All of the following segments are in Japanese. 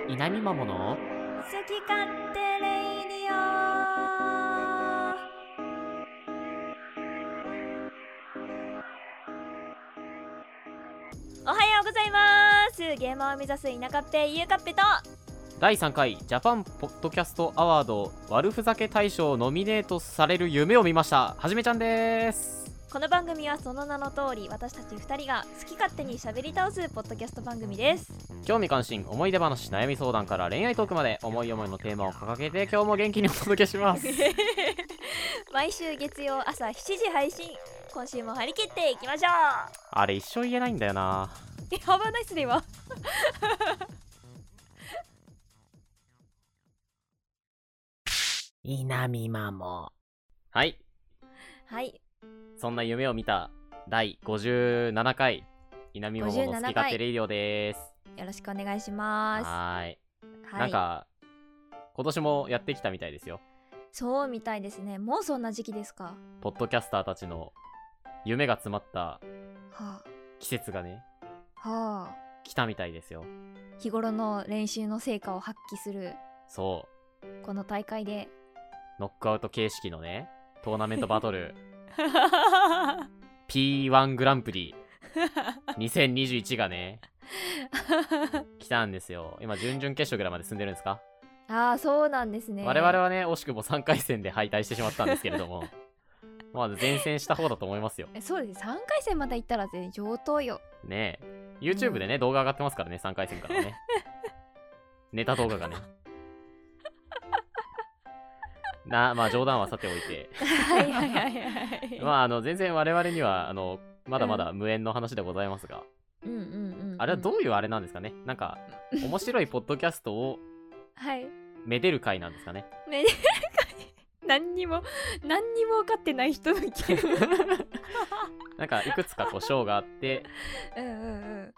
稲見まもの好き勝手レイディオ。おはようございます。ゲーマーを目指す稲カッペゆうカッペと第3回ジャパンポッドキャストアワード悪ふざけ大賞ノミネートされる夢を見ましたはじめちゃんです。 この番組はその名の通り私たち2人が好き勝手に喋り倒すポッドキャスト番組です。 興味関心思い出話悩み相談から恋愛トークまで思い思いのテーマを掲げて今日も元気にお届けします毎週月曜朝7時配信。今週も張り切っていきましょう。 あれ一生言えないんだよな。 やばないっすね今稲見まもはい、 はい、 そんな夢を見た第57回稲見まもの好き勝手レイディオです。 よろしくお願いします。 はい、 はい、 なんか今年もやってきたみたいですよ。 そうみたいですね。もうそんな時期ですか。 ポッドキャスターたちの夢が詰まったはあ季節がねはあ、 来たみたいですよ。 日頃の練習の成果を発揮するそこの大会でうノックアウト形式のねトーナメントバトルP1 グランプリ2021がね来たんですよ。今準々決勝ぐらいまで進んでるんですか。 ああ、そうなんですね。 我々はね惜しくも3回戦で敗退してしまったんですけれどもまず前戦した方だと思いますよ。 そうです。3回戦まで行ったら全上等よねえ YouTube でね、動画上がってますからね、3回戦からねネタ動画がねまあ冗談はさておいてはいはいはいはいまあ全然我々にはまだまだ無縁の話でございますが、 うんうんうん、うん、 あれはどういうあれなんですかね。なんか面白いポッドキャストをはいめでる会なんですかね。 めでる会何にも分かってない人の意見なんかいくつかこう賞があってうんうんうん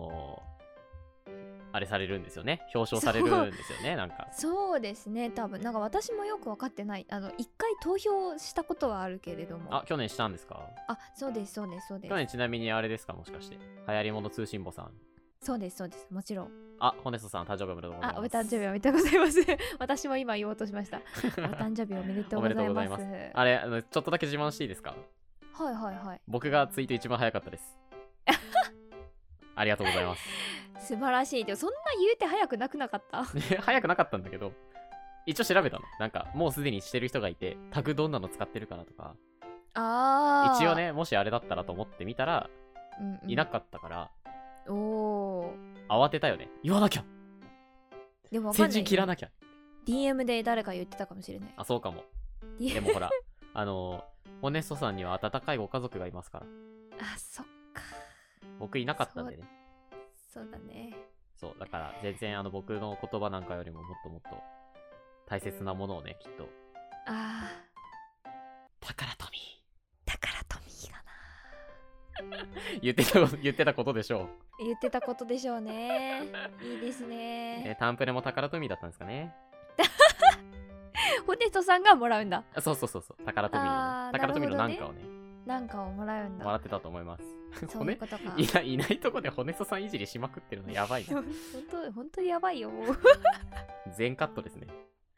あれされるんですよね。表彰されるんですよね。なんかそうですね。多分なんか私もよく分かってない。一回投票したことはあるけれども。 あ、去年したんですか。 あ、そうですそうですそうです。 去年ちなみにあれですか、もしかして流行り物通信簿さん。 そうですそうです、もちろん。 あ、ホネストさん誕生日おめでとうございます。 あ、お誕生日おめでとうございます私も今言おうとしましたお誕生日おめでとうございます。 あれちょっとだけ自慢していいですか。 はいはいはい。 僕がツイート一番早かったですありがとうございます素晴らしい。でもそんな言うて早くなくなかった早くなかったんだけど、一応調べたの。なんかもうすでにしてる人がいてタグどんなの使ってるかなとか、 あ一応ね、もしあれだったらと思ってみたら、 うんうん、 いなかったからお慌てたよね。言わなきゃ、 でもわかんない、 先陣切らなきゃ。 DM で誰か言ってたかもしれない。 あ、そうかも。でもほらホネストさんには温かいご家族がいますから。 あ、そっか。 僕いなかったんでね。 そうだね。 そうだから全然僕の言葉なんかよりももっともっと大切なものをね、きっと。 あー、 宝富宝富がな言ってたことでしょう。 言ってたことでしょうね。いいですね。 タンプレも宝富だったんですかね。 ホネストさんがもらうんだ。 そう宝富の、宝富のなんかをね、 なんかをもらうんだ。 もらってたと思いますそういうことかいないとこでホネストさんいじりしまくってるのやばいな本当にやばいよもう全カットですね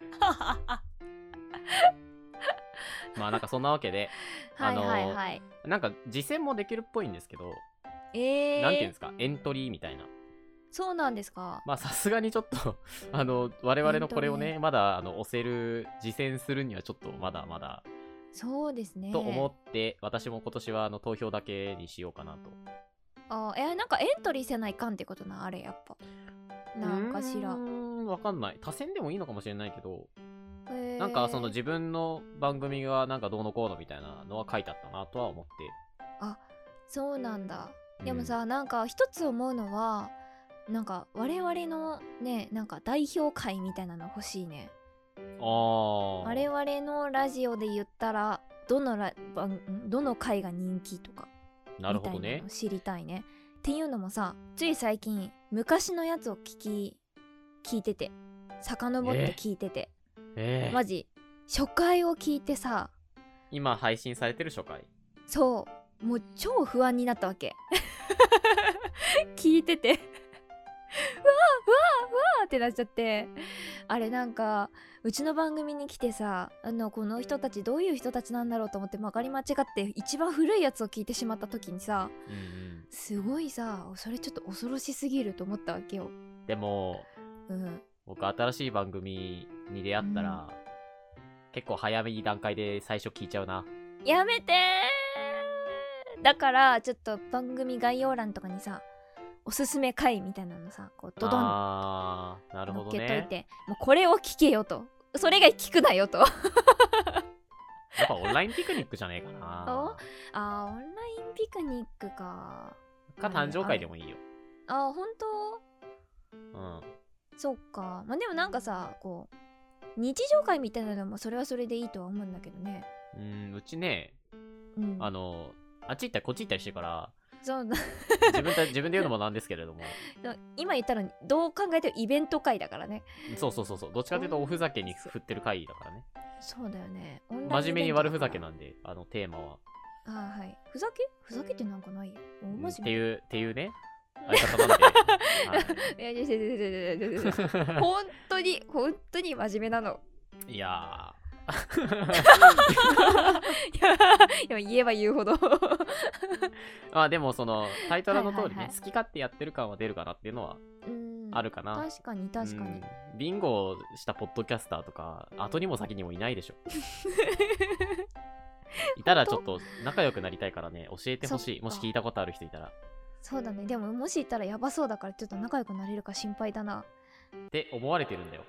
まあなんかそんなわけではいはいはい。 なんか実践もできるっぽいんですけど、なんていうんですか、エントリーみたいな。 そうなんですか。 まあさすがにちょっと我々のこれをねまだ押せる実践するにはちょっとまだまだそうですねと思って、私も今年は投票だけにしようかなと。 なんかエントリーせないかんってことな、あれやっぱなんかしらわかんない。多選でもいいのかもしれないけど、なんかその自分の番組がなんかどうのこうのみたいなのは書いてあったなとは思って。 あ、そうなんだ。でもさ、なんか一つ思うのは、なんか我々のね、なんか代表会みたいなの欲しいね。我々のラジオで言ったらどの回が人気とかなるほどね、 みたいなの知りたいね。っていうのもさ、つい最近昔のやつを聞いてて、遡って聞いてて、マジ初回を聞いてさ、 今配信されてる初回、 そうもう超不安になったわけ聞いててうわーってなっちゃって、あれなんかうちの番組に来てさ、この人たちどういう人たちなんだろうと思ってまかり間違って一番古いやつを聞いてしまった時にさ、すごいさ、それちょっと恐ろしすぎると思ったわけよ。 でも、僕新しい番組に出会ったら、結構早めに段階で最初聞いちゃうな。 やめてー。だからちょっと番組概要欄とかにさ、おすすめ回みたいなのさ、こうドドンなるほどね、 乗っけといて、もうこれを聞けよと、それ以外聞くなよと。 やっぱオンラインピクニックじゃねえかな。 オンラインピクニックか誕生会でもいいよ。 本当？そっか。まあでもなんかさ、こう日常会みたいなのもそれはそれでいいとは思うんだけどね。 うちね、あっち行ったりこっち行ったりしてから、 そうだ自分で言うのもなんですけれども今言ったらどう考えてもイベント会だからね。 そうどっちかというとおふざけに振ってる会だからね。 そうだよね。 真面目に悪ふざけなんで、テーマは。 はい。ふざけってなんかないよ。 っていうね相方なんで。 本当に真面目なの。 いや言えば言うほどでもそのタイトルの通りね、好き勝手やってる感は出るかなっていうのはあるかな。 確かにビンゴしたポッドキャスターとか後にも先にもいないでしょ。いたらちょっと仲良くなりたいからね、教えてほしい。もし聞いたことある人いたら。 そうだね。でももしいたらやばそうだからちょっと仲良くなれるか心配だなって思われてるんだよ。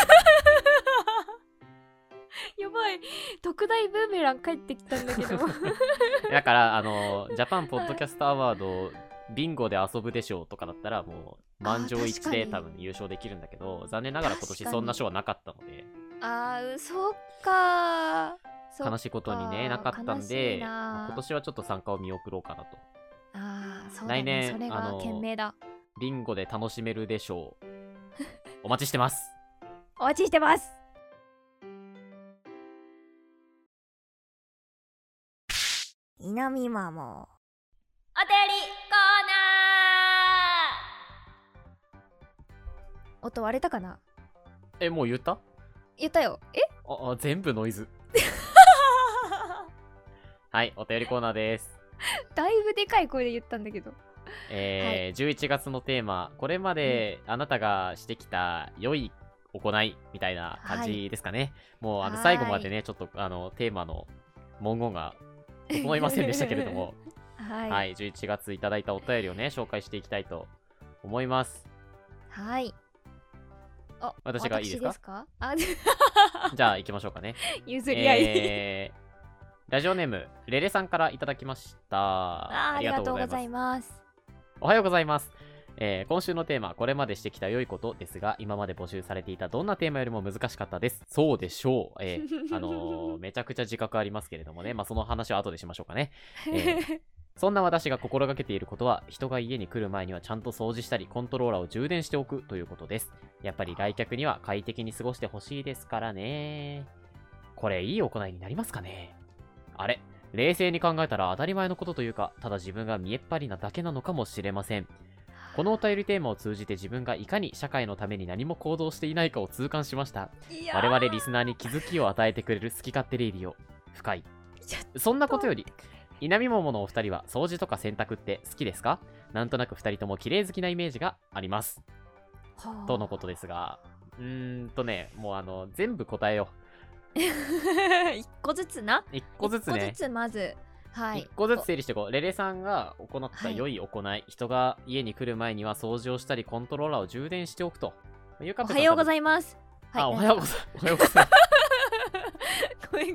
やばい、特大ブーメラン帰ってきたんだけど。 だからジャパンポッドキャストアワードビンゴで遊ぶでしょうとかだったらもう満場一致で多分優勝できるんだけど、残念ながら今年そんな賞はなかったので。 そっか。 悲しいことにねなかったんで、今年はちょっと参加を見送ろうかなと。 そうだね、来年それが賢明だ。 ビンゴで楽しめるでしょう。お待ちしてます。 お待ちしてます。南マモお便りコーナー。音割れたかな。 もう言ったよ。 全部ノイズ。はい、お便りコーナーです。 だいぶでかい声で言ったんだけど。 11月のテーマ、これまであなたがしてきた良い行いみたいな感じですかね。もう最後までね、ちょっとテーマの文言が整いませんでしたけれども、はい、11月いただいたお便りをね、紹介していきたいと思います。 はい。 私がいいですか？じゃあ行きましょうかね。 譲り合い。 ラジオネームレレさんからいただきました。 ありがとうございます。 おはようございます。今週のテーマ、これまでしてきた良いことですが、今まで募集されていたどんなテーマよりも難しかったです。そうでしょう。めちゃくちゃ自覚ありますけれどもね、その話は後でしましょうかね。そんな私が心がけていることは、人が家に来る前にはちゃんと掃除したり、コントローラーを充電しておくということです。やっぱり来客には快適に過ごしてほしいですからね。これ、いい行いになりますかね？あれ？冷静に考えたら当たり前のことというか、ただ自分が見えっ張りなだけなのかもしれません。このお便りテーマを通じて自分がいかに社会のために何も行動していないかを痛感しました。我々リスナーに気づきを与えてくれる好き勝手レイディオ。深い。そんなことより、稲見桃のお二人は掃除とか洗濯って好きですか？なんとなく二人とも綺麗好きなイメージがあります。とのことですが、もう全部答えよう。 一個ずつな。 一個ずつね。 一個ずつまず。はい。 一個ずつ整理していこう。レレさんが行った良い行い、人が家に来る前には掃除をしたり、コントローラーを充電しておくと。 おはようございます。 おはようございます。 ごめん。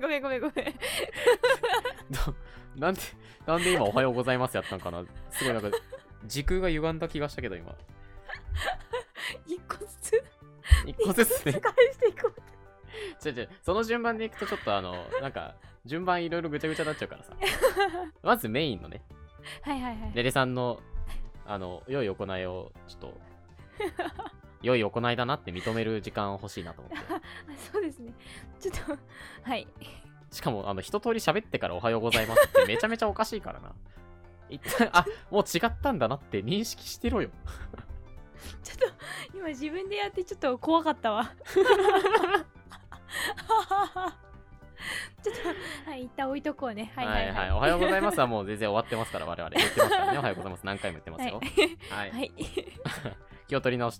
なんで今おはようございますやったんかな。すごい時空が歪んだ気がしたけど今。 一個ずつね。 返していこう。 その順番でいくとちょっと順番いろいろぐちゃぐちゃになっちゃうからさ。まずメインのね。レレさんの良い行いをちょっと良い行いだなって認める時間欲しいなと思って。 そうですね。ちょっとはい。 しかも一通り喋ってからおはようございますってめちゃめちゃおかしいからな。一旦もう違ったんだなって認識してろよ。 ちょっと今自分でやってちょっと怖かったわ。ちょっとはい一旦置いとこうね。はいはいはい。 おはようございますはもう全然終わってますから、我々言ってますからね。おはようございます、何回も言ってますよ。はい、 はい。 気を取り直して、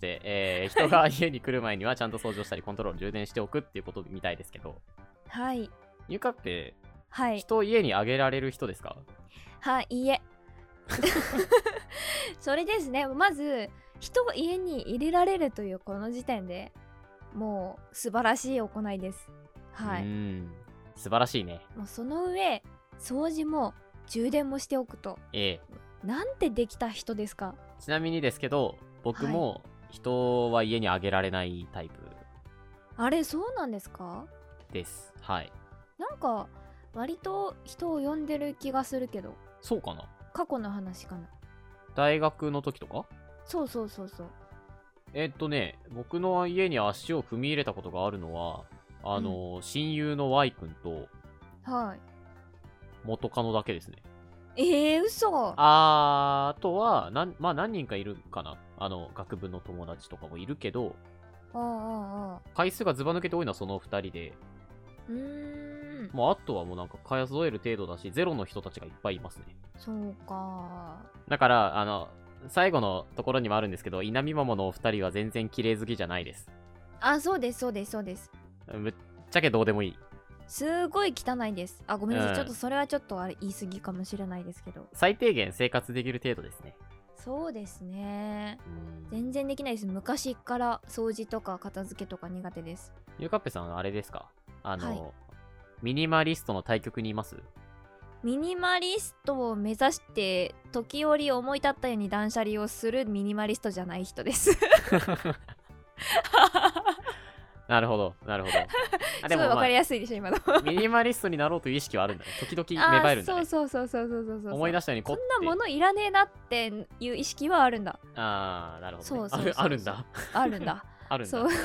人が家に来る前にはちゃんと掃除をしたりコントロール充電しておくっていうことみたいですけど、 はい。 ゆかってはい。 人を家にあげられる人ですか？ はい、いいえ。それですね。まず人を家に入れられるというこの時点でもう素晴らしい行いです。はい。 素晴らしいね。 もうその上掃除も充電もしておくと。なんてできた人ですか？ ちなみにですけど、僕も人は家にあげられないタイプ。 あれ、そうなんですか？ です。はい。 なんか割と人を呼んでる気がするけど。 そうかな？ 過去の話かな。 大学の時とか？ そうそうそうそう。 僕の家に足を踏み入れたことがあるのは、親友の Y 君と、 はい。 元カノだけですね。 嘘。 あとは、まあ何人かいるかな。学部の友達とかもいるけど、回数がずば抜けて多いのはその2人で、もうあとはもうなんか数える程度だし、ゼロの人たちがいっぱいいますね。 そうか。 だから、最後のところにもあるんですけど、稲見ママのお二人は全然綺麗好きじゃないです。 あ、そうですそうですそうです。 ぶっちゃけどうでもいい。 すごい汚いです。あ、ごめんなさい、ちょっとそれはちょっとあれ言い過ぎかもしれないですけど。 最低限生活できる程度ですね。 そうですね。全然できないです。昔から掃除とか片付けとか苦手です。 ゆうかっぺさんあれですか？ミニマリストの対局にいます？ ミニマリストを目指して時折思い立ったように断捨離をするミニマリストじゃない人です。 なるほどなるほど。 すごいわかりやすいでしょ今の。 ミニマリストになろうという意識はあるんだね。時々芽生えるんだね。 そう思い出したようにこんなものいらねえなっていう意識はあるんだ。 なるほど、ね。 そうあるんだ。 あるんだ。 あるんだ。そう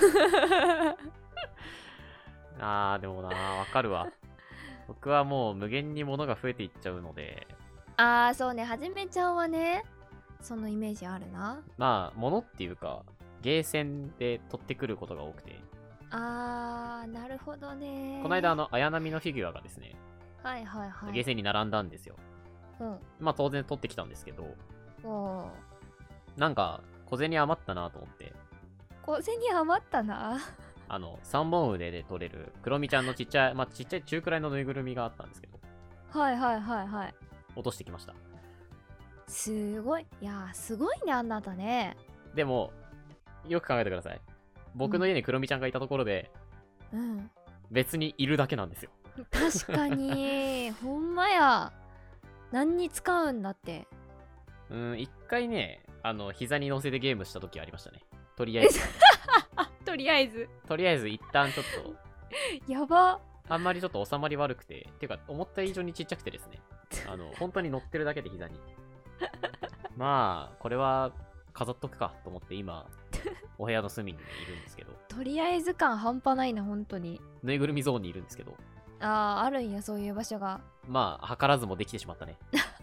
でもな、わかるわ。僕はもう無限に物が増えていっちゃうので。 そうね、はじめちゃんはね、そのイメージあるな。 まあ、物っていうか、ゲーセンで取ってくることが多くて。 なるほどね。 この間、綾波のフィギュアがですね、ゲーセンに並んだんですよ。まあ、当然取ってきたんですけど、なんか、小銭余ったなと思って。 小銭余ったな。 3本腕で取れる、クロミちゃんのちっちゃい中くらいのぬいぐるみがあったんですけど。落としてきました。 すごい。いやー、すごいね、あなたね。 でも、よく考えてください。僕の家にクロミちゃんがいたところで、別にいるだけなんですよ。 確かに、ほんまや。何に使うんだって。 一回ね、膝に乗せてゲームした時ありましたね。とりあえず。 とりあえず一旦ちょっと。 やば。 あんまりちょっと収まり悪くて、っていうか、思った以上にちっちゃくてですね。本当に乗ってるだけで膝に。まあ、これは飾っとくかと思って今、お部屋の隅に、ね、いるんですけど。 とりあえず感半端ないな、本当に。 ぬいぐるみゾーンにいるんですけど。 あるんや、そういう場所が。 まあ、図らずもできてしまったね。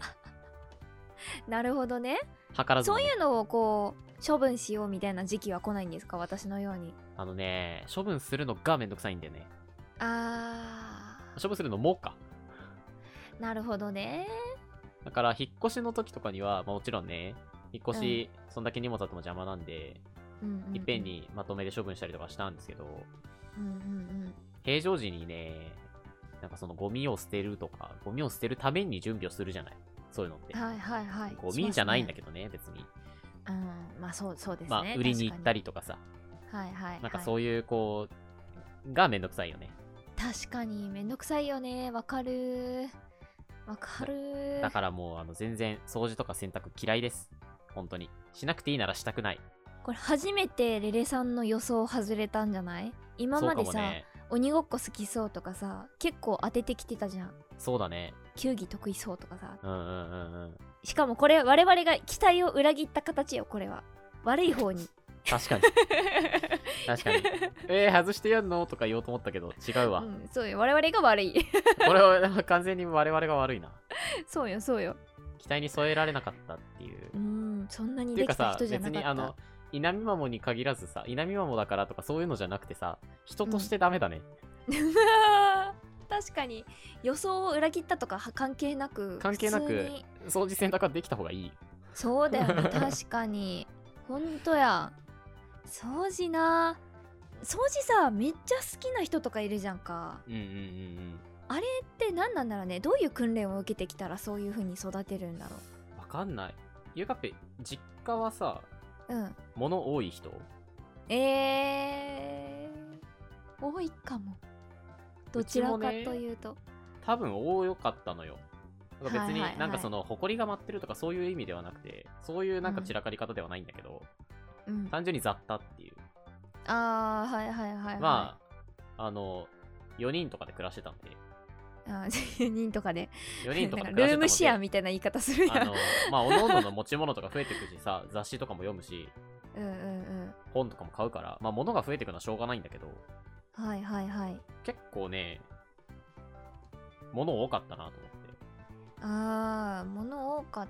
なるほどね。 図らずも、ね。 そういうのをこう、処分しようみたいな時期は来ないんですか？私のように。 処分するのがめんどくさいんだよね。処分するのもか。 なるほどね。 だから、引っ越しの時とかには、もちろんね、引っ越し、そんだけ荷物あっても邪魔なんで、いっぺんにまとめて処分したりとかしたんですけど、平常時にね、なんかそのゴミを捨てるとか、ゴミを捨てるために準備をするじゃない。そういうのって。ゴミじゃないんだけどね、別に。 まあそうですね。 まあ、売りに行ったりとかさ。なんかそういう、がめんどくさいよね。 確かに、めんどくさいよね。わかる。 だからもう、全然、掃除とか洗濯嫌いです。本当に。しなくていいならしたくない。 これ初めてレレさんの予想外れたんじゃない？今までさ、鬼ごっこ好きそうとかさ、結構当ててきてたじゃん。 そうだね。 球技得意そうとかさ。 うん。 しかもこれ我々が期待を裏切った形よ、これは。悪い方に。 確かに。外してやんのとか言おうと思ったけど、違うわ。 そうよ、我々が悪い。 これは完全に我々が悪いな。 そうよ。 期待に添えられなかったっていう。 そんなにできた人じゃなかった。 っていうかさ、別に稲見マモに限らずさ、稲見マモだからとかそういうのじゃなくてさ、人としてダメだね。 確かに予想を裏切ったとか関係なく関係なく掃除洗濯はできた方がいい。 そうだよね確かにほんとや。掃除な、掃除さめっちゃ好きな人とかいるじゃんか。あれって何なんだろうね。どういう訓練を受けてきたらそういう風に育てるんだろう。わかんない。ゆうかっぺ実家はさ、 うん物多い人？ 多いかも。どちらかというと、 多分多かったのよ。別になんかその埃が舞ってるとかそういう意味ではなくて、そういうなんか散らかり方ではないんだけど、単純に雑多っていう。まあ4人とかで暮らしてたんで。 4人とかで 4人とかでルームシェアみたいな言い方するやん。 まあおのおのの持ち物とか増えてくしさ、雑誌とかも読むし、本とかも買うから、まあ物が増えてくのはしょうがないんだけど、結構ね物多かったなと思って。 物多かった。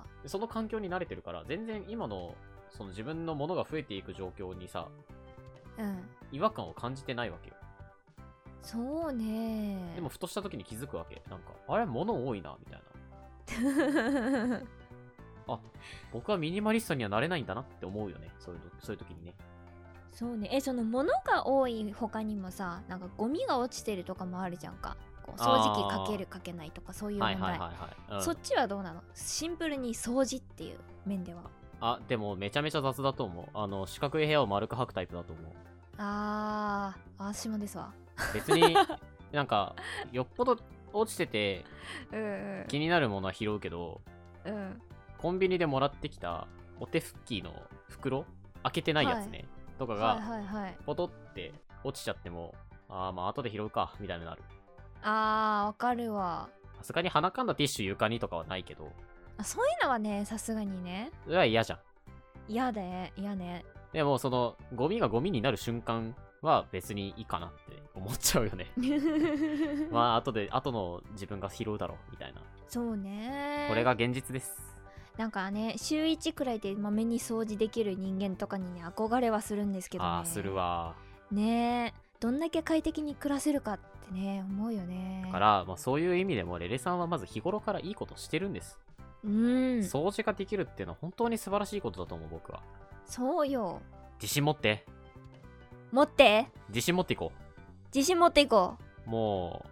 その環境に慣れてるから全然今のその自分の物が増えていく状況にさ、違和感を感じてないわけよ。 そうね。 でもふとした時に気づくわけ。なんかあれ物多いなみたいな。あ、僕はミニマリストにはなれないんだなって思うよね。そういう時にね。 そうね。その物が多い他にもさ、なんかゴミが落ちてるとかもあるじゃんか。こう掃除機かけるかけないとかそういう問題。そっちはどうなの？シンプルに掃除っていう面では。 でもめちゃめちゃ雑だと思う。四角い部屋を丸く掃くタイプだと思う。 私もですわ。 別になんかよっぽど落ちてて気になるものは拾うけど、コンビニでもらってきたお手拭きの袋開けてないやつね、とかがポトって落ちちゃっても、まあ後で拾うかみたいになる。 わかるわ。 さすがに鼻かんだティッシュ床にとかはないけど、 そういうのはね、さすがにね。 それは嫌じゃん。 嫌ね。 でもそのゴミがゴミになる瞬間は別にいいかなって思っちゃうよね。まあ後の自分が拾うだろうみたいな。 そうね。 これが現実です。 なんかね、週1くらいでまめに掃除できる人間とかにね、憧れはするんですけどね。 するわ。 ねえ、どんだけ快適に暮らせるかってね、思うよね。 だから、そういう意味でもレレさんはまず日頃からいいことしてるんです。掃除ができるっていうのは本当に素晴らしいことだと思う、僕は。 そうよ。 自信持って。自信持っていこう。 自信持っていこう。も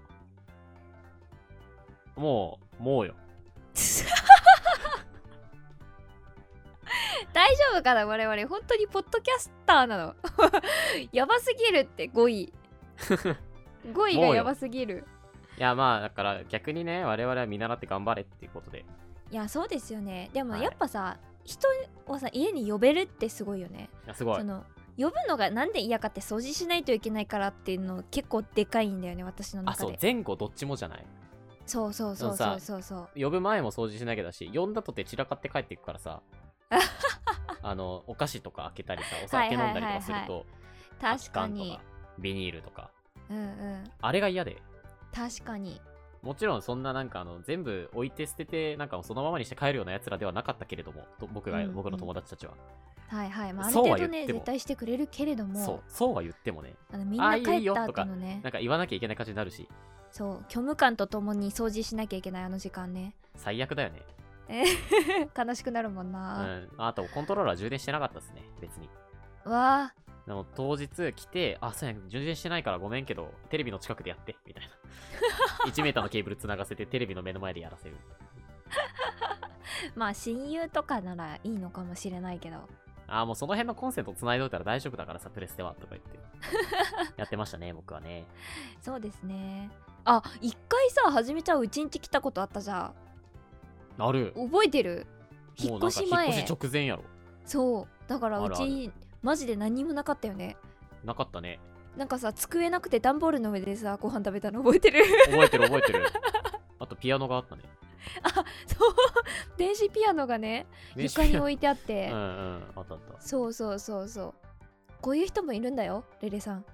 うよ。 大丈夫かな、我々本当にポッドキャスターなの。やばすぎるって5位。5位がやばすぎる。 いやまあだから逆にね、我々は見習って頑張れっていうことで。 いやそうですよね。でもやっぱさ、人をさ家に呼べるってすごいよね。 いやすごい。 その呼ぶのがなんで嫌かって、掃除しないといけないからっていうの結構でかいんだよね、私の中で。 前後どっちもじゃない。 そう呼ぶ前も掃除しなきゃだし、呼んだとて散らかって帰っていくからさ。お菓子とか開けたりさ、お酒飲んだりとかすると、 確かにビニールとか、あれが嫌で。 確かに。 もちろんそんななんか全部置いて捨ててなんかそのままにして帰るようなやつらではなかったけれども、僕の友達たちは。 まあ、ある程度ね絶対してくれるけれども、 そうは言ってもね、 みんな帰った後のね、 なんか言わなきゃいけない感じになるし、 そう虚無感とともに掃除しなきゃいけないあの時間ね、 最悪だよね。 悲しくなるもんな。 あとコントローラー充電してなかったですね、別に。 わあ。 でも当日来て、そうや、充電してないからごめんけどテレビの近くでやってみたいな。1メーターのケーブルつながせてテレビの目の前でやらせる。 まあ親友とかならいいのかもしれないけど、 もうその辺のコンセントつないどいたら大丈夫だからさ、プレステはとか言ってやってましたね、僕はね。 そうですね。一回さ、はじめちゃんうちんち来たことあったじゃん。 ある。 覚えてる？引っ越し前。 引っ越し直前やろ。 そうだからうちマジで何もなかったよね。 なかったね。 なんかさ、机なくて段ボールの上でさご飯食べたの覚えてる？ 覚えてる。あとピアノがあったね。 そう電子ピアノがね床に置いてあって、 あった。 そうこういう人もいるんだよ、レレさん。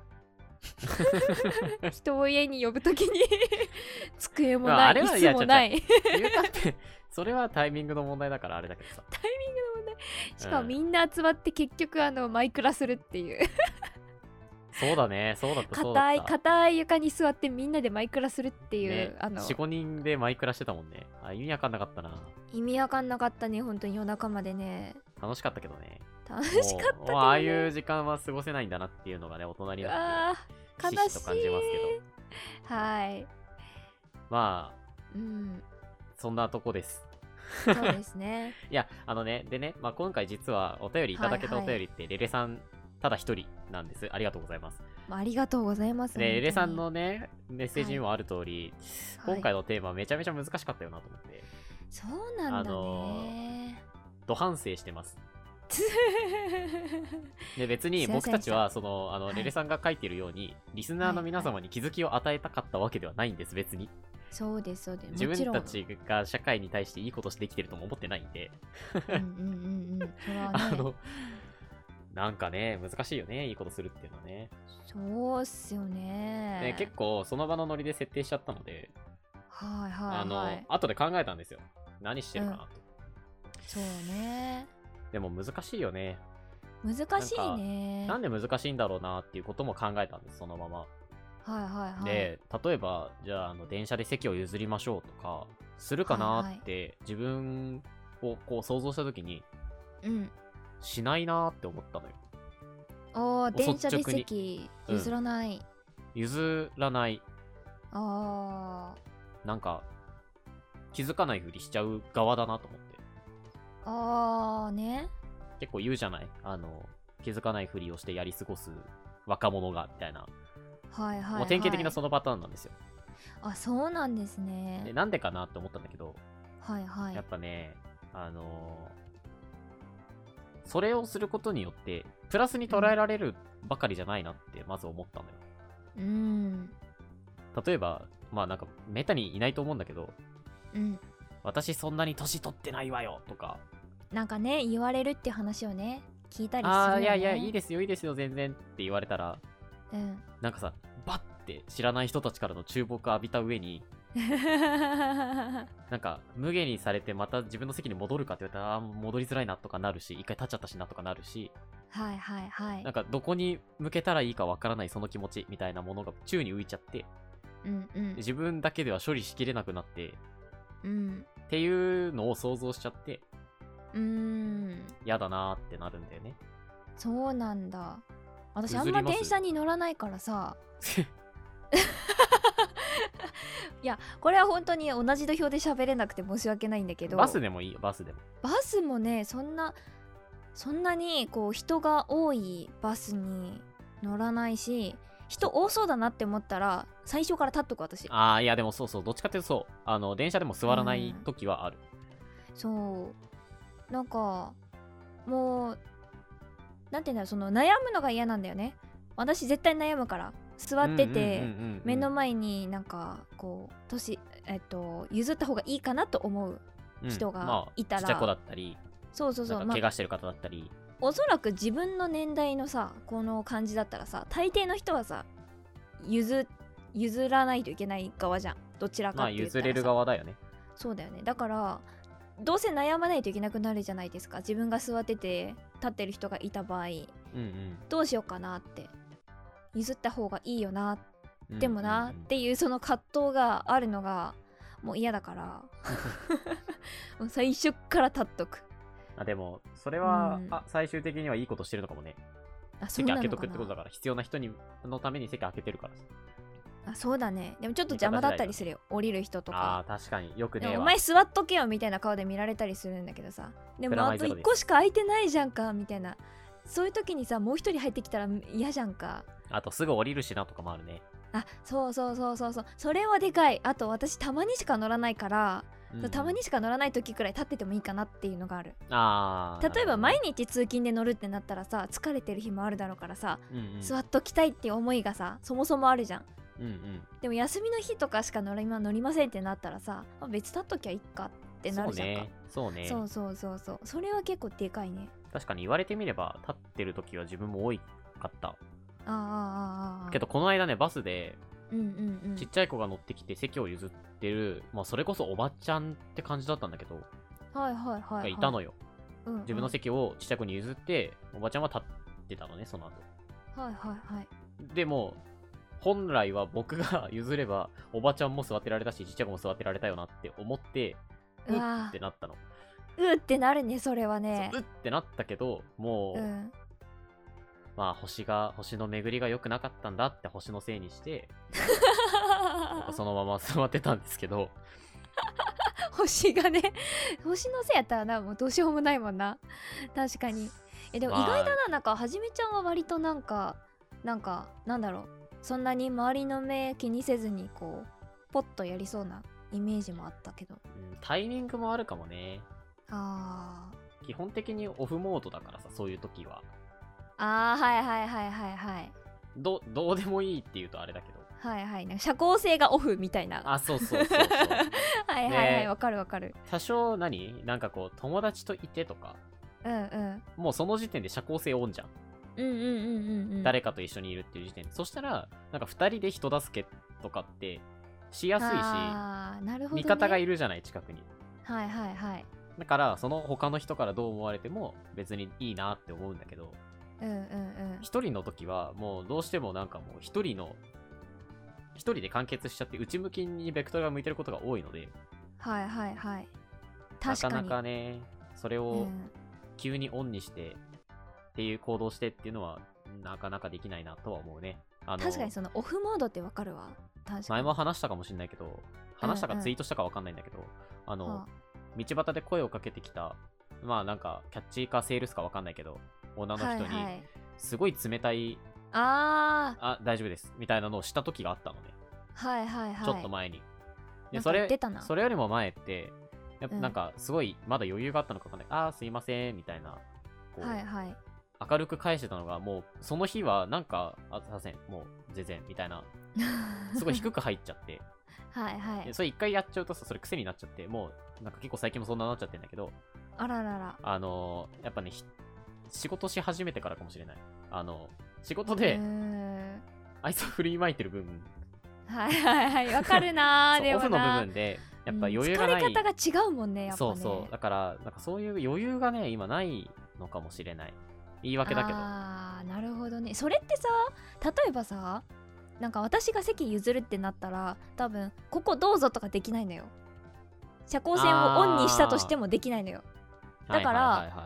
人を家に呼ぶときに机もない、椅子もない。 それはタイミングの問題だからあれだけどさ。 タイミングの問題。しかもみんな集まって結局マイクラするっていう。 そうだね、そうだったそうだった。 硬い床に座ってみんなでマイクラするっていう、 ね、4、5人でマイクラしてたもんね。意味わかんなかったな。 意味わかんなかったね、本当に夜中までね。 楽しかったけどね。 楽しかったけどね。 もうああいう時間は過ごせないんだなっていうのがね、大人になって悲しいと感じますけど。はい。 まあ、そんなとこです。 そうですね。 いや、でね、今回実はお便りいただけたお便りってレレさんただ一人なんです。ありがとうございます。 ありがとうございます。 レレさんのね、メッセージにもある通り、今回のテーマめちゃめちゃ難しかったよなと思って。 そうなんだね。 ど反省してます。で別に僕たちはレレさんが書いてるようにリスナーの皆様に気づきを与えたかったわけではないんです。別にそうですそうです。 自分たちが社会に対していいことしてできてるとも思ってないんでなんかね難しいよね、いいことするっていうのはね。 そうっすよね。 結構その場のノリで設定しちゃったので、後で考えたんですよ、何してるかなと。 そうね。 でも難しいよね。 難しいね。 なんで難しいんだろうなっていうことも考えたんです、そのまま。で、例えば、じゃあ、電車で席を譲りましょうとか、するかなって、自分をこう想像したときに、しないなって思ったのよ。 電車で席譲らない。 譲らない。なんか、気づかないふりしちゃう側だなと思って。 ね。 結構言うじゃない、気づかないふりをしてやり過ごす若者がみたいな。もう典型的なそのパターンなんですよ。 そうなんですね。 でなんでかなって思ったんだけど、やっぱね、それをすることによってプラスに捉えられるばかりじゃないなってまず思ったのよ。例えばなんかめったにいないと思うんだけど、私そんなに年取ってないわよとかなんかね言われるって話をね聞いたりするよね。 いやいやいいですよいいですよ全然って言われたら、なんかさバッて知らない人たちからの注目を浴びた上になんか無下にされてまた自分の席に戻るかって言われたら戻りづらいなとかなるし、一回立っちゃったしなとかなるし、なんかどこに向けたらいいかわからないその気持ちみたいなものが宙に浮いちゃって、自分だけでは処理しきれなくなって、っていうのを想像しちゃって嫌だなーってなるんだよね。 そうなんだ。私あんま電車に乗らないからさいやこれは本当に同じ土俵で喋れなくて申し訳ないんだけど、 バスでもいいよ。バスでも。 バスもねそんなにこう人が多いバスに乗らないし、人多そうだなって思ったら最初から立っとく私。 いやでもそうどっちかっていうとそう電車でも座らない時はある。 そうなんかもうなんていうんだろう、その悩むのが嫌なんだよね。私絶対悩むから座ってて目の前になんかこう譲った方がいいかなと思う人がいたら、 ちっちゃい子だったりそう怪我してる方だったり、 おそらく自分の年代のさこの感じだったらさ大抵の人はさ譲らないといけない側じゃん、どちらかって言ったらさ譲れる側だよね。 そうだよね。だからどうせ悩まないといけなくなるじゃないですか。自分が座ってて立ってる人がいた場合、どうしようかなって、譲った方がいいよな、でもなっていうその葛藤があるのがもう嫌だからもう最初から立っとく。 でもそれは、最終的にはいいことしてるのかもね。席開けとくってことだから、必要な人のために席開けてるから。 そうだね。でもちょっと邪魔だったりするよ、降りる人とか。 確かによくね。 お前座っとけよみたいな顔で見られたりするんだけどさ、でもあと1個しか空いてないじゃんかみたいな、そういう時にさもう一人入ってきたら嫌じゃんか。 あとすぐ降りるしなとかもあるね。 そうそれはでかい。あと私たまにしか乗らないから、たまにしか乗らない時くらい立っててもいいかなっていうのがある。例えば毎日通勤で乗るってなったらさ疲れてる日もあるだろうからさ、座っときたいっていう思いがさそもそもあるじゃん。でも休みの日とかしか乗りませんってなったらさ、別立っときゃいっかってなるじゃんか。 そうね。 そうそれは結構でかいね。 確かに言われてみれば立ってる時は自分も多かった。けどこの間ねバスでうんうんうん。 ちっちゃい子が乗ってきて席を譲ってる、まあそれこそおばちゃんって感じだったんだけど、 はいはいはい、はい。 がいたのよ。 うんうん、 自分の席をちっちゃい子に譲って、おばちゃんは立ってたのね、その後。 はいはいはい。 でも、本来は僕が譲れば、おばちゃんも座ってられたし、ちっちゃい子も座ってられたよなって思って、うっってなったの。 うってなるね、それはね。 うってなったけど、もう、まあ星の巡りが良くなかったんだって星のせいにして、そのまま座ってたんですけど。 星がね、星のせいやったらな、もうどうしようもないもんな。確かに。でも意外だな、なんかはじめちゃんは割となんだろう、そんなに周りの目気にせずにこうポッとやりそうなイメージもあったけど、 タイミングもあるかもね。 あ基本的にオフモードだからさ、そういう時は。 はいはいはいはいはい。 どうでもいいって言うとあれだけど、 はいはい、なんか社交性がオフみたいな。 あ、そうはいはいはいわかるわかる。 多少なんかこう友達といてとか、もうその時点で社交性オンじゃん。誰かと一緒にいるっていう時点で。そしたらなんか2人で人助けとかってしやすいし、 なるほどね、 味方がいるじゃない、近くに。 はいはいはい。 だからその他の人からどう思われても別にいいなって思うんだけど、一人の時はもうどうしてもなんかもう一人で完結しちゃって内向きにベクトルが向いてることが多いので、 はいはいはい、 なかなかね、それを急にオンにしてっていう行動してっていうのはなかなかできないなとは思うね。 確かにそのオフモードってわかるわ。確かに前も話したかもしれないけど、話したかツイートしたかわかんないんだけど、道端で声をかけてきた、まあなんかキャッチーかセールスかわかんないけど、女の人にすごい冷たい、大丈夫ですみたいなのをした時があったのね。 はいはいはい。 ちょっと前に。でそれよりも前ってやっぱなんかすごいまだ余裕があったのかわかんない。すいませんみたいな、明るく返してたのが、もうその日はなんかすいませんもう全然みたいな、すごい低く入っちゃってはいはい。 それ一回やっちゃうとさ、それ癖になっちゃって、もうなんか結構最近もそんななっちゃってんだけど、 あららら。 やっぱね、仕事し始めてからかもしれない。仕事であいつを振りまいてる部分、 はいはいはい、わかるな。でもオフの部分でやっぱ余裕がない、 疲れ方が違うもんね、やっぱね。 そうだからなんかそういう余裕がね今ないのかもしれない。言い訳だけど。 なるほどね。それってさ、例えばさ、なんか私が席譲るってなったら多分ここどうぞとかできないのよ。社交性をオンにしたとしてもできないのよ。だから、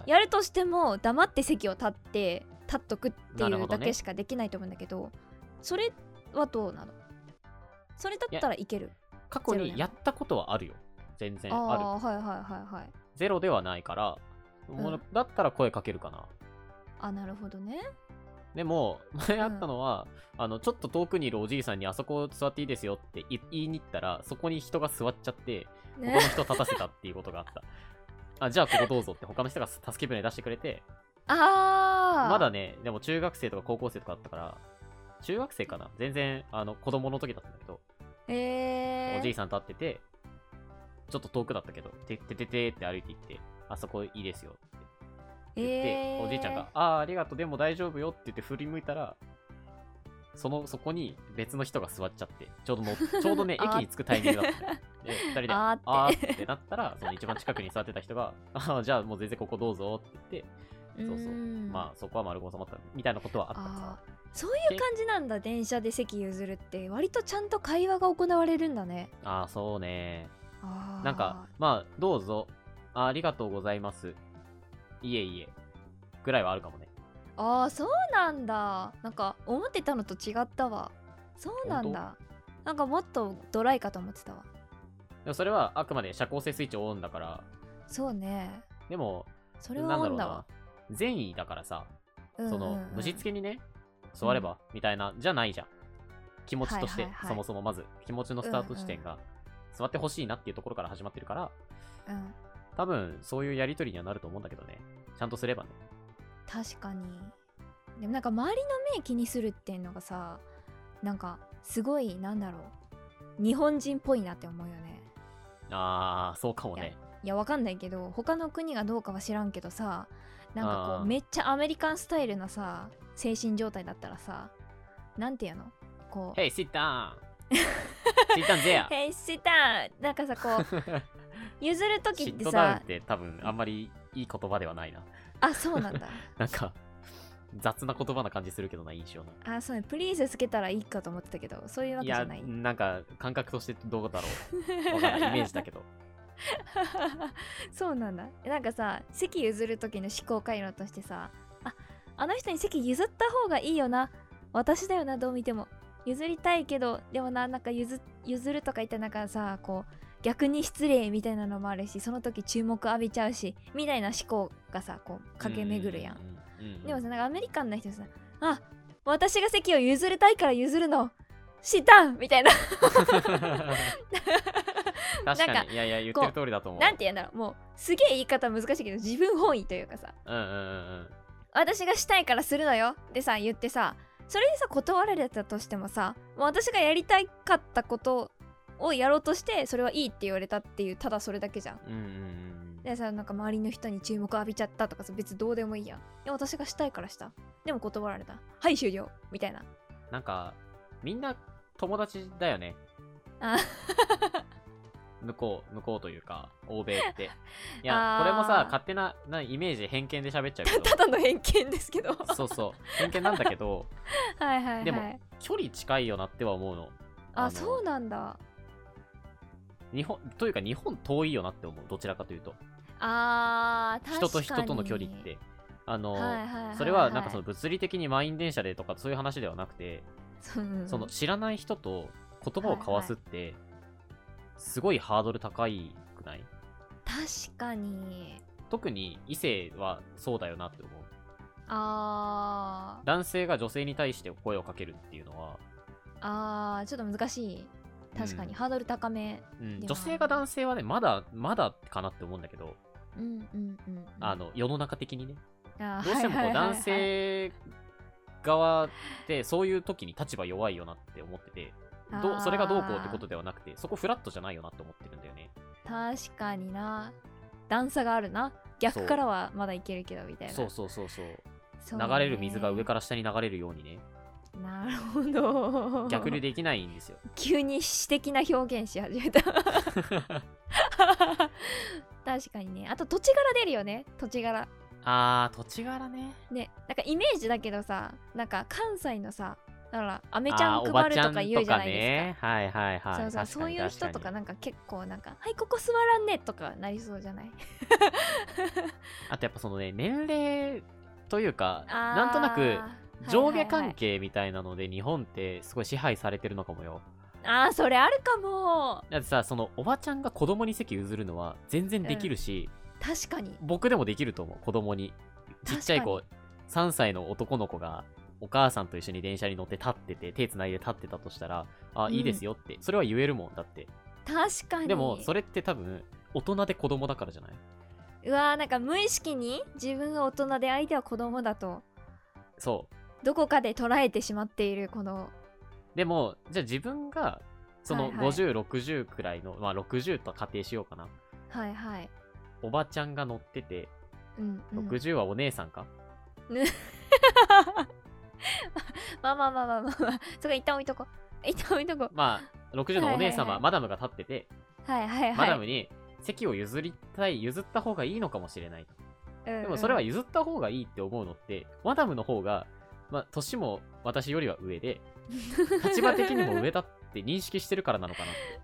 やるとしても黙って席を立っとくっていうだけしかできないと思うんだけど、それはどうなの？それだったらいける？ 過去にやったことはあるよ。全然ある。 はいはいはい。 ゼロではないから、だったら声かけるかな。 なるほどね。 でも前あったのは、ちょっと遠くにいるおじいさんにあそこ座っていいですよって言いに行ったら、そこに人が座っちゃって、他の人立たせたっていうことがあったじゃあここどうぞって他の人が助け舟出してくれて、まだね、でも中学生とか高校生とかだったから、中学生かな、全然子供の時だったんだけど、おじいさん立ってて、ちょっと遠くだったけど、てって歩いて行って、あそこいいですよって言って、おじいちゃんがありがとう、でも大丈夫よって言って振り向いたら、そこに別の人が座っちゃって、ちょうどね駅に着くタイミングだったね。で2人でってなったら、その一番近くに座ってた人がじゃあもう全然ここどうぞって言って、まあそこは丸ご収まったみたいなことはあったさ。 そういう感じなんだ。電車で席譲るって割とちゃんと会話が行われるんだね。 そうね。なんかまあどうぞ、ありがとうございます、いえいえぐらいはあるかもね。 そうなんだ。なんか思ってたのと違ったわ。そうなんだ。なんかもっとドライかと思ってたわ。 でもそれはあくまで社交性スイッチオンだから。 そうね。 でもそれはオンだわ。 善意だからさ、そのぶしつけにね座ればみたいなじゃないじゃん。気持ちとして、そもそもまず気持ちのスタート地点が座ってほしいなっていうところから始まってるから、多分そういうやりとりにはなると思うんだけどね。ちゃんとすればね。 確かに。でもなんか周りの目気にするっていうのがさ、なんかすごいなんだろう、日本人っぽいなって思うよね。 そうかもね。 いやわかんないけど、他の国がどうかは知らんけどさ、なんかこうめっちゃアメリカンスタイルなさ精神状態だったらさ、なんていうの、こう Hey sit down シータンゼアヘイシタンなんかさこう譲る時ってシットダウンっさて多分あんまりいい言葉ではないな。 あそうなんだなんか雑な言葉な感じするけどな、印象な。 あそうねプリンセスつけたらいいかと思ってたけどそういうわいや、 けじゃないなんか感覚としてどうだろう。わかんない、イメージだけど。 そうなんだなんかさ席譲る時の思考回路としてさあの人に席譲った方がいいよな私だよなどう見ても譲りたいけどでもなんか譲るとか言ってなんかさこう逆に失礼みたいなのもあるしその時注目浴びちゃうしみたいな思考がさこう駆け巡るやん。でもさなんかアメリカンな人さ私が席を譲りたいから譲るのしたんみたいな確かにいや言ってる通りだと思う。 なんて言うんだろうもうすげえ言い方難しいけど自分本位というかさ私がしたいからするのよってさ言ってさそれでさ断られたとしてもさもう私がやりたかったことをやろうとしてそれはいいって言われたっていうただそれだけじゃん。でさなんか周りの人に注目浴びちゃったとかさ別にどうでもいいやん。私がしたいからしたでも断られたはい終了みたいな。 なんかみんな友達だよね。向こうというか欧米っていやこれもさ勝手なイメージ偏見で喋っちゃうけどただの偏見ですけどそう偏見なんだけどはいでも距離近いよなっては思うの。 そうなんだ。 日本というか日本遠いよなって思う。どちらかというと確かに人と人との距離ってそれはなんかその物理的に満員電車でとかそういう話ではなくてその知らない人と言葉を交わすってすごいハードル高いくない？ 確かに特に異性はそうだよなって思う。男性が女性に対して声をかけるっていうのはちょっと難しい。確かに、ハードル高め、 女性が男性はねまだかなって思うんだけど世の中的にねどうしてもこう男性側ってそういう時に立場弱いよなって思っててそれがどうこうってことではなくてそこフラットじゃないよなって思ってるんだよね。 確かにな段差があるな。逆からはまだいけるけどみたいな。 そう流れる水が上から下に流れるようにね。 なるほど。 逆にできないんですよ。 急に詩的な表現し始めた確かにね。あと土地柄出るよね。土地柄土地柄ね。 なんかイメージだけどさなんか関西のさだからアメちゃん配るとか言うじゃないですか。はいそういう人とかなんか結構なんかはいここ座らんねとかなりそうじゃないあとやっぱそのね年齢というかなんとなく上下関係みたいなので日本ってすごい支配されてるのかもよ。 それあるかも。 だってさそのおばちゃんが子供に席譲るのは全然できるし、 確かに僕でもできると思う。子供にちっちゃい子3歳の男の子がお母さんと一緒に電車に乗って立ってて手つないで立ってたとしたらいいですよってそれは言えるもん。だって確かに。 でもそれって多分大人で子供だからじゃない？ うわなんか無意識に自分が大人で相手は子供だとどこかで捉えてしまっているこの。 でもじゃあ自分がその50、60くらいの60と仮定しようかな。おばちゃんが乗ってて、60はお姉さんかまあそこ一旦置いとこ 60のお姉様、マダムが立っててマダムに席を譲った方がいいのかもしれないと。でもそれは譲った方がいいって思うのってマダムの方が年も私よりは上で立場的にも上だって認識してるからなのか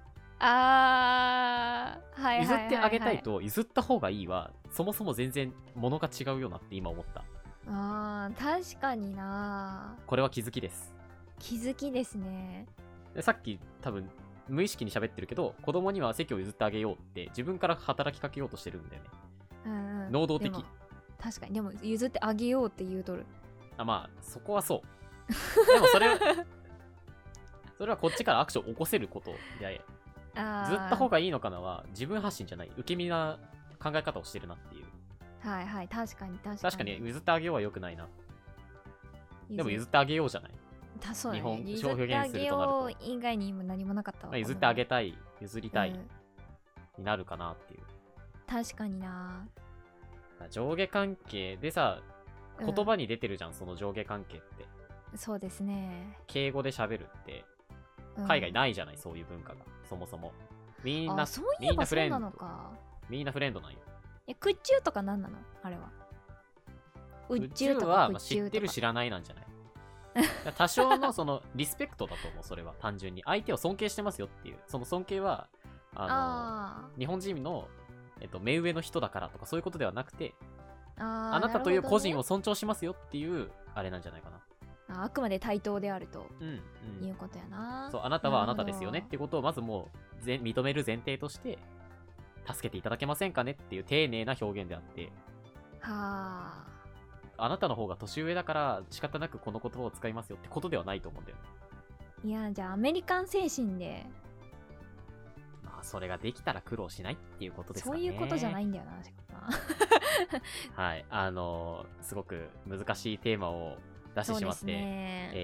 な。譲ってあげたいと譲った方がいいはそもそも全然物が違うよなって今思った。 確かにな。 これは気づきです。 気づきですね。 でさっき多分無意識に喋ってるけど子供には席を譲ってあげようって自分から働きかけようとしてるんだよね。能動的。 確かにでも譲ってあげようって言うとる。 そこはそうでもそれはこっちからアクションを起こせることで譲った方がいいのかなは自分発信じゃない受け身な考え方をしてるなっていう。 確かに譲ってあげようは良くないな。でも譲ってあげようじゃない。 日本商標現するとなると以外にも何もなかったわ。 譲ってあげたい譲りたい、になるかなっていう。 確かにな。 上下関係でさ言葉に出てるじゃん、その上下関係って。 そうですね。 敬語で喋るって海外ないじゃない、そういう文化がそもそも。みんなそういえばそうなのか。 みんなフレンドなんよ。 クッチューとか何なのあれは。 宇宙は知ってる知らないなんじゃない多少のそのリスペクトだと思う。それは単純に相手を尊敬してますよっていう、その尊敬は日本人の、目上の人だからとかそういうことではなくて、あなたという個人を尊重しますよっていうあれなんじゃないかな。 あくまで対等であるということやな。 そう、あなたはあなたですよねっていうことをまずもう認める前提として助けていただけませんかねっていう丁寧な表現であって、 はあなたの方が年上だから仕方なくこの言葉を使いますよってことではないと思うんだよね。 いや、じゃあアメリカン精神で、 まあそれができたら苦労しないっていうことですかね。 そういうことじゃないんだよな。 はい、すごく難しいテーマを出してしまって、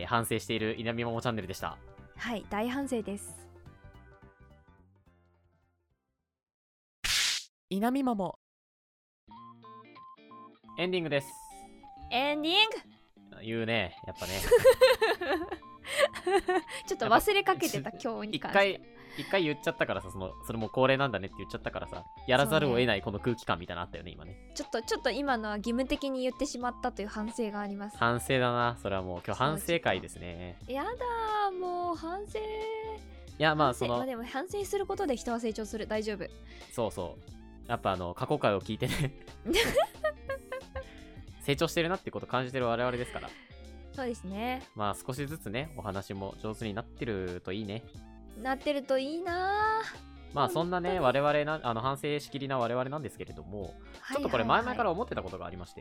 反省している稲見桃チャンネルでした。 はい、大反省です。 稲見桃エンディングです。 エンディング言うね、やっぱね。 ちょっと忘れかけてた今日に関して一回言っちゃったからさ、それも恒例なんだねって言っちゃったからさ、やらざるを得ないこの空気感みたいなのあったよね、今ね。 ちょっと今のは義務的に言ってしまったという反省があります。 反省だな。それはもう今日反省会ですね。 やだー、もう反省。いや、まあでも反省することで人は成長する。大丈夫。 そうそう、やっぱ過去回を聞いてね成長してるなってことを感じてる我々ですから。 そうですね。 まあ少しずつね、お話も上手になってるといいね。 なってるといいな。 まあそんなね、我々反省しきりな我々なんですけれども、ちょっとこれ前々から思ってたことがありまして、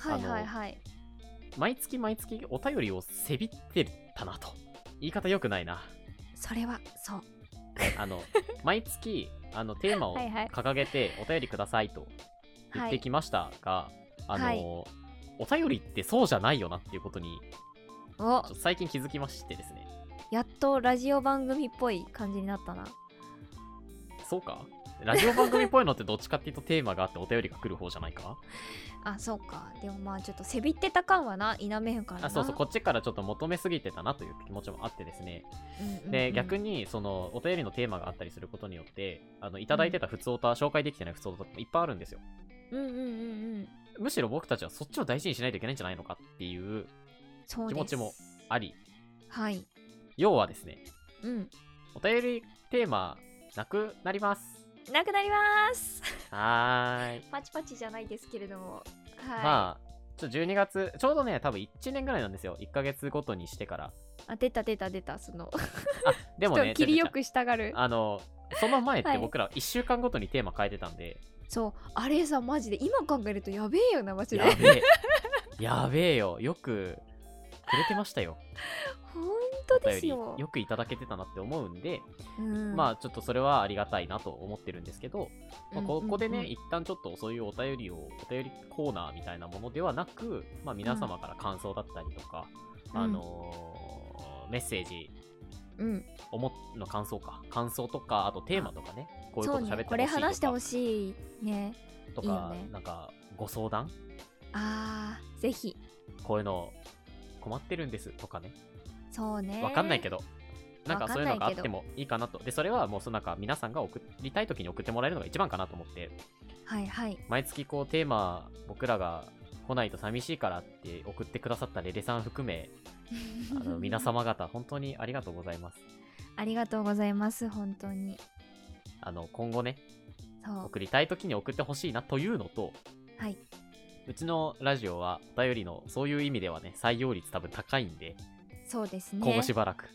毎月お便りをせびってたなと。言い方良くないな。 それはそう毎月テーマを掲げてお便りくださいと言ってきましたが、お便りってそうじゃないよなっていうことにちょっと最近気づきましてですね。 やっとラジオ番組っぽい感じになったな。 そうか、ラジオ番組っぽいのってどっちかっていうとテーマがあってお便りが来る方じゃないかあ、そうか。でもまあちょっとせびってた感は否めへんからな。 そうそう、こっちからちょっと求めすぎてたなという気持ちもあってですね。で、逆にそのお便りのテーマがあったりすることによっていただいてた普通オタ、紹介できてない普通オタもいっぱいあるんですよ。むしろ僕たちはそっちを大事にしないといけないんじゃないのかっていう気持ちもあり、 はい、 要はですね、お便りテーマなくなります。 なくなりますはーい。 パチパチじゃないですけれども、はい、 まあ12月ちょうどね、多分1年ぐらいなんですよ。1ヶ月ごとにしてから。 出たそのでもね、 切りよくしたがるその前って僕ら1週間ごとにテーマ変えてたんで、 そう、あれさ、マジで今考えるとやべえよな、マジで。 やべえよ。よくくれてましたよ。 本当ですよ。 よくいただけてたなって思うんで、まあちょっとそれはありがたいなと思ってるんですけど、ここでね、一旦ちょっとそういうお便りコーナーみたいなものではなく、まあ皆様から感想だったりとか、メッセージ、の感想とか、あとテーマとかね、こういうこと喋ってほしいとか、 これ話してほしいねとか、なんかご相談、 ぜひこういうの困ってるんですとかね。 そうね、 わかんないけど、なんかそういうのがあってもいいかなと。で、それはもうなんか皆さんが送りたい時に送ってもらえるのが一番かなと思って、毎月こうテーマ僕らが来ないと寂しいからって送ってくださったレレさん含め皆様方本当にありがとうございます。 ありがとうございます。本当に今後ね、送りたい時に送ってほしいなというのと、うちのラジオはお便りのそういう意味ではね、採用率多分高いんで、 そうですね、 今後しばらく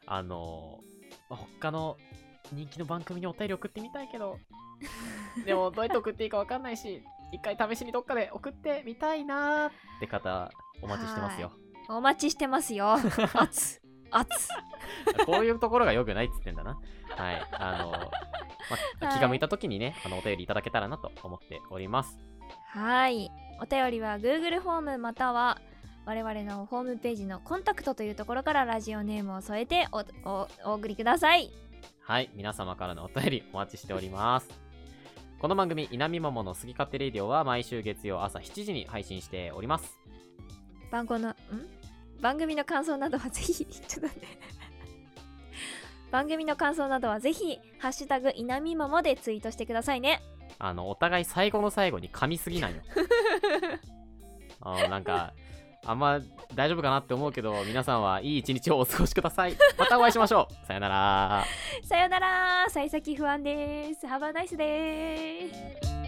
他の人気の番組にお便り送ってみたいけどでもどうやって送っていいか分かんないし、一回試しにどっかで送ってみたいなーって方お待ちしてますよ。 お待ちしてますよ。熱こういうところが良くないっつってんだな。はい、気が向いた時にね、お便りいただけたらなと思っております。 はい、お便りは Google フォームまたは我々のホームページのコンタクトというところからラジオネームを添えて お送りください。 はい、皆様からのお便りお待ちしております。この番組稲見桃の好き勝手レイディオは毎週月曜朝7時に配信しております。 番組の感想などはぜひちょっとね番組の感想などはぜひハッシュタグいなみまもでツイートしてくださいね。 お互い最後の最後に噛みすぎないのなんかあんま大丈夫かなって思うけど、皆さんはいい一日をお過ごしください。またお会いしましょう。さよなら。 さよなら。幸先不安です。Have a nice day。